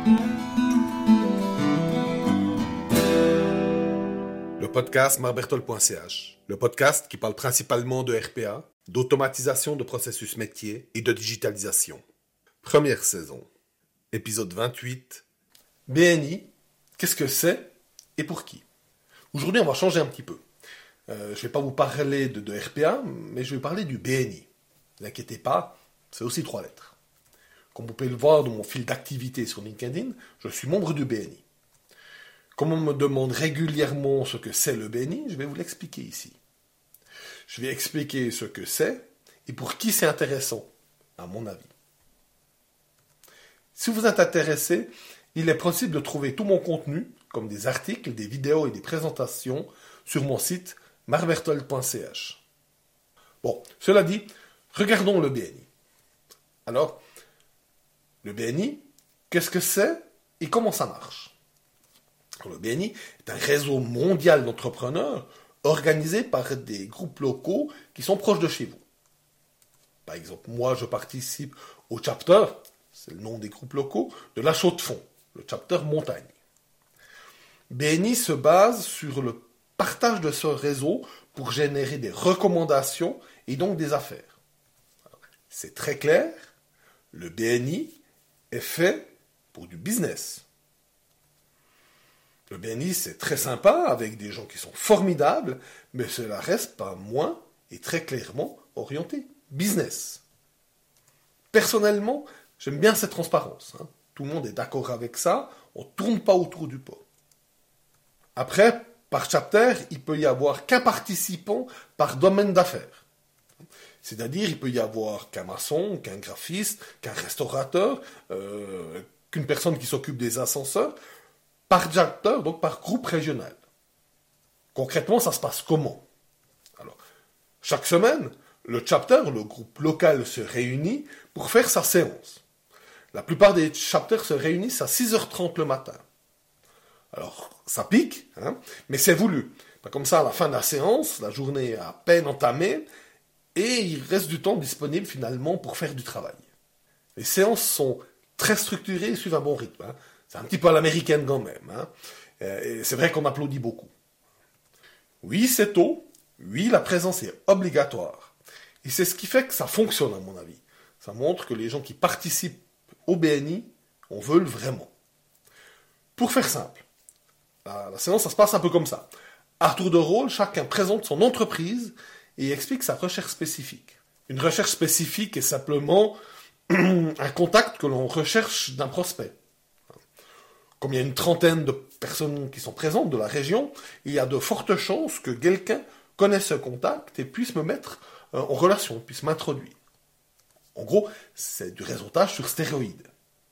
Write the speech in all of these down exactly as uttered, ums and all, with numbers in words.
Le podcast marbertol point c h, le podcast qui parle principalement de R P A, d'automatisation de processus métier et de digitalisation. Première saison, épisode vingt-huit. B N I, qu'est-ce que c'est et pour qui? Aujourd'hui, on va changer un petit peu. Euh, je ne vais pas vous parler de, de R P A, mais je vais parler du B N I. Ne vous inquiétez pas, c'est aussi trois lettres. Comme vous pouvez le voir dans mon fil d'activité sur LinkedIn, je suis membre du B N I. Comme on me demande régulièrement ce que c'est le B N I, je vais vous l'expliquer ici. Je vais expliquer ce que c'est et pour qui c'est intéressant, à mon avis. Si vous êtes intéressé, il est possible de trouver tout mon contenu, comme des articles, des vidéos et des présentations, sur mon site marbertol point c h. Bon, cela dit, regardons le B N I. Alors, le B N I, qu'est-ce que c'est et comment ça marche? Le B N I est un réseau mondial d'entrepreneurs organisé par des groupes locaux qui sont proches de chez vous. Par exemple, moi, je participe au chapter, c'est le nom des groupes locaux, de La Chaux-de-Fonds, le chapter montagne. B N I se base sur le partage de ce réseau pour générer des recommandations et donc des affaires. Alors, c'est très clair, le B N I est fait pour du business. Le B N I, c'est très sympa, avec des gens qui sont formidables, mais cela reste pas moins et très clairement orienté business. Personnellement, j'aime bien cette transparence. Hein. Tout le monde est d'accord avec ça, on ne tourne pas autour du pot. Après, par chapter, il peut y avoir qu'un participant par domaine d'affaires. C'est-à-dire, il peut y avoir qu'un maçon, qu'un graphiste, qu'un restaurateur, euh, qu'une personne qui s'occupe des ascenseurs, par chapter, donc par groupe régional. Concrètement, ça se passe comment? Alors, chaque semaine, le chapter, le groupe local, se réunit pour faire sa séance. La plupart des chapters se réunissent à six heures trente le matin. Alors, ça pique, hein, mais c'est voulu. Comme ça, à la fin de la séance, la journée est à peine entamée, et il reste du temps disponible finalement pour faire du travail. Les séances sont très structurées et suivent un bon rythme. Hein. C'est un petit peu à l'américaine quand même. Hein. Et c'est vrai qu'on applaudit beaucoup. Oui, c'est tôt. Oui, la présence est obligatoire. Et c'est ce qui fait que ça fonctionne, à mon avis. Ça montre que les gens qui participent au B N I en veulent vraiment. Pour faire simple, la, la séance, ça se passe un peu comme ça. À tour de rôle, chacun présente son entreprise et explique sa recherche spécifique. Une recherche spécifique est simplement un contact que l'on recherche d'un prospect. Comme il y a une trentaine de personnes qui sont présentes de la région, il y a de fortes chances que quelqu'un connaisse ce contact et puisse me mettre en relation, puisse m'introduire. En gros, c'est du réseautage sur stéroïdes.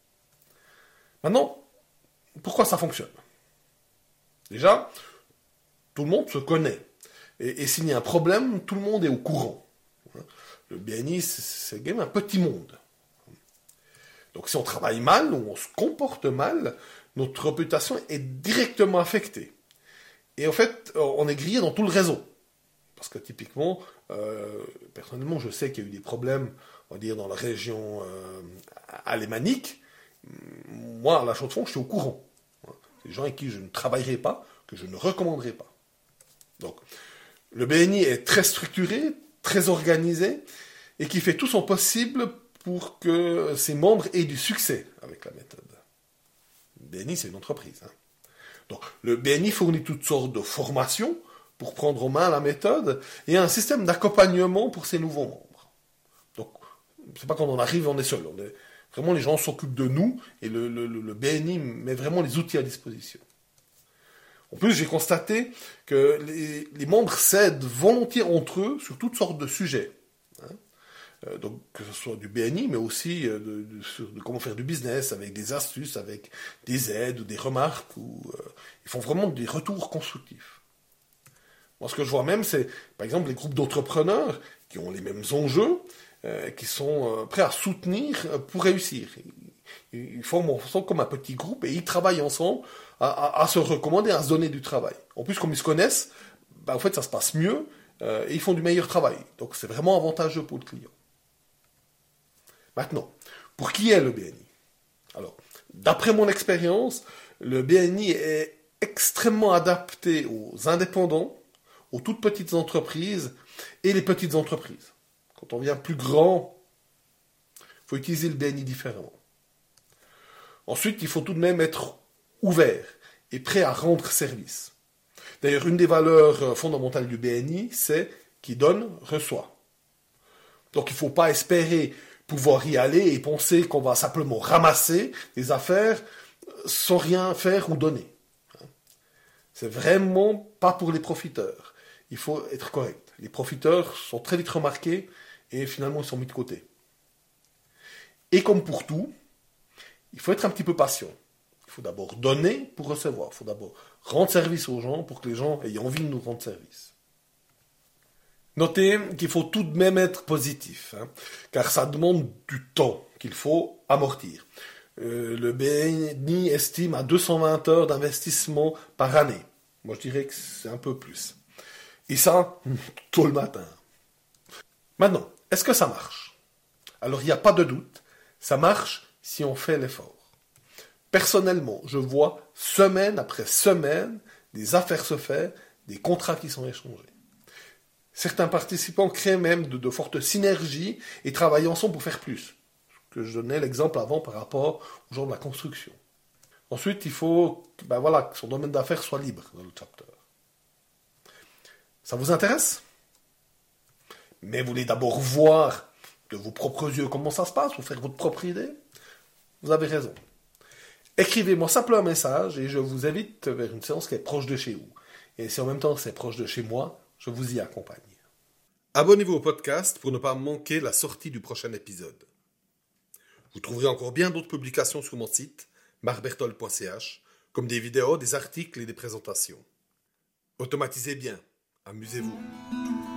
Maintenant, pourquoi ça fonctionne? Déjà, tout le monde se connaît. Et, et s'il y a un problème, tout le monde est au courant. Le B N I, c'est quand même un petit monde. Donc si on travaille mal ou on se comporte mal, notre réputation est directement affectée. Et en fait, on est grillé dans tout le réseau. Parce que typiquement, euh, personnellement, je sais qu'il y a eu des problèmes, on va dire, dans la région euh, alémanique. Moi, à La Chaux-de-Fonds, je suis au courant. C'est des gens avec qui je ne travaillerai pas, que je ne recommanderai pas. Donc, le B N I est très structuré, très organisé, et qui fait tout son possible pour que ses membres aient du succès avec la méthode. Le B N I, c'est une entreprise. Hein. Donc, le B N I fournit toutes sortes de formations pour prendre en main la méthode et un système d'accompagnement pour ses nouveaux membres. Donc, c'est pas quand on arrive, on est seul. On est, vraiment, les gens s'occupent de nous et le, le, le B N I met vraiment les outils à disposition. En plus, j'ai constaté que les, les membres s'aident volontiers entre eux sur toutes sortes de sujets. Hein. Euh, donc, que ce soit du B N I, mais aussi euh, de, de, de, de comment faire du business, avec des astuces, avec des aides ou des remarques. Ou, euh, ils font vraiment des retours constructifs. Moi, ce que je vois même, c'est, par exemple, les groupes d'entrepreneurs qui ont les mêmes enjeux, euh, qui sont euh, prêts à soutenir euh, pour réussir. Ils, ils forment ensemble comme un petit groupe et ils travaillent ensemble à, à, à se recommander, à se donner du travail. En plus, comme ils se connaissent, bah, en fait, ça se passe mieux euh, et ils font du meilleur travail. Donc, c'est vraiment avantageux pour le client. Maintenant, pour qui est le B N I? Alors, d'après mon expérience, le B N I est extrêmement adapté aux indépendants, aux toutes petites entreprises et les petites entreprises. Quand on devient plus grand, il faut utiliser le B N I différemment. Ensuite, il faut tout de même être ouvert et prêt à rendre service. D'ailleurs, une des valeurs fondamentales du B N I, c'est qui donne, reçoit. Donc il ne faut pas espérer pouvoir y aller et penser qu'on va simplement ramasser des affaires sans rien faire ou donner. C'est vraiment pas pour les profiteurs. Il faut être correct. Les profiteurs sont très vite remarqués et finalement ils sont mis de côté. Et comme pour tout, il faut être un petit peu patient. Il faut d'abord donner pour recevoir. Il faut d'abord rendre service aux gens pour que les gens aient envie de nous rendre service. Notez qu'il faut tout de même être positif, hein, car ça demande du temps qu'il faut amortir. Euh, le B N I estime à deux cent vingt heures d'investissement par année. Moi, je dirais que c'est un peu plus. Et ça, tôt le matin. Maintenant, est-ce que ça marche? Alors, il n'y a pas de doute, ça marche si on fait l'effort. Personnellement, je vois semaine après semaine des affaires se faire, des contrats qui sont échangés. Certains participants créent même de, de fortes synergies et travaillent ensemble pour faire plus. Que je donnais l'exemple avant par rapport aux gens de la construction. Ensuite, il faut ben voilà, que son domaine d'affaires soit libre dans le chapter. Ça vous intéresse? Mais vous voulez d'abord voir de vos propres yeux comment ça se passe, ou faire votre propre idée? Vous avez raison. Écrivez-moi simplement un message et je vous invite vers une séance qui est proche de chez vous. Et si en même temps c'est proche de chez moi, je vous y accompagne. Abonnez-vous au podcast pour ne pas manquer la sortie du prochain épisode. Vous trouverez encore bien d'autres publications sur mon site, marc berthold point c h, comme des vidéos, des articles et des présentations. Automatisez bien, amusez-vous.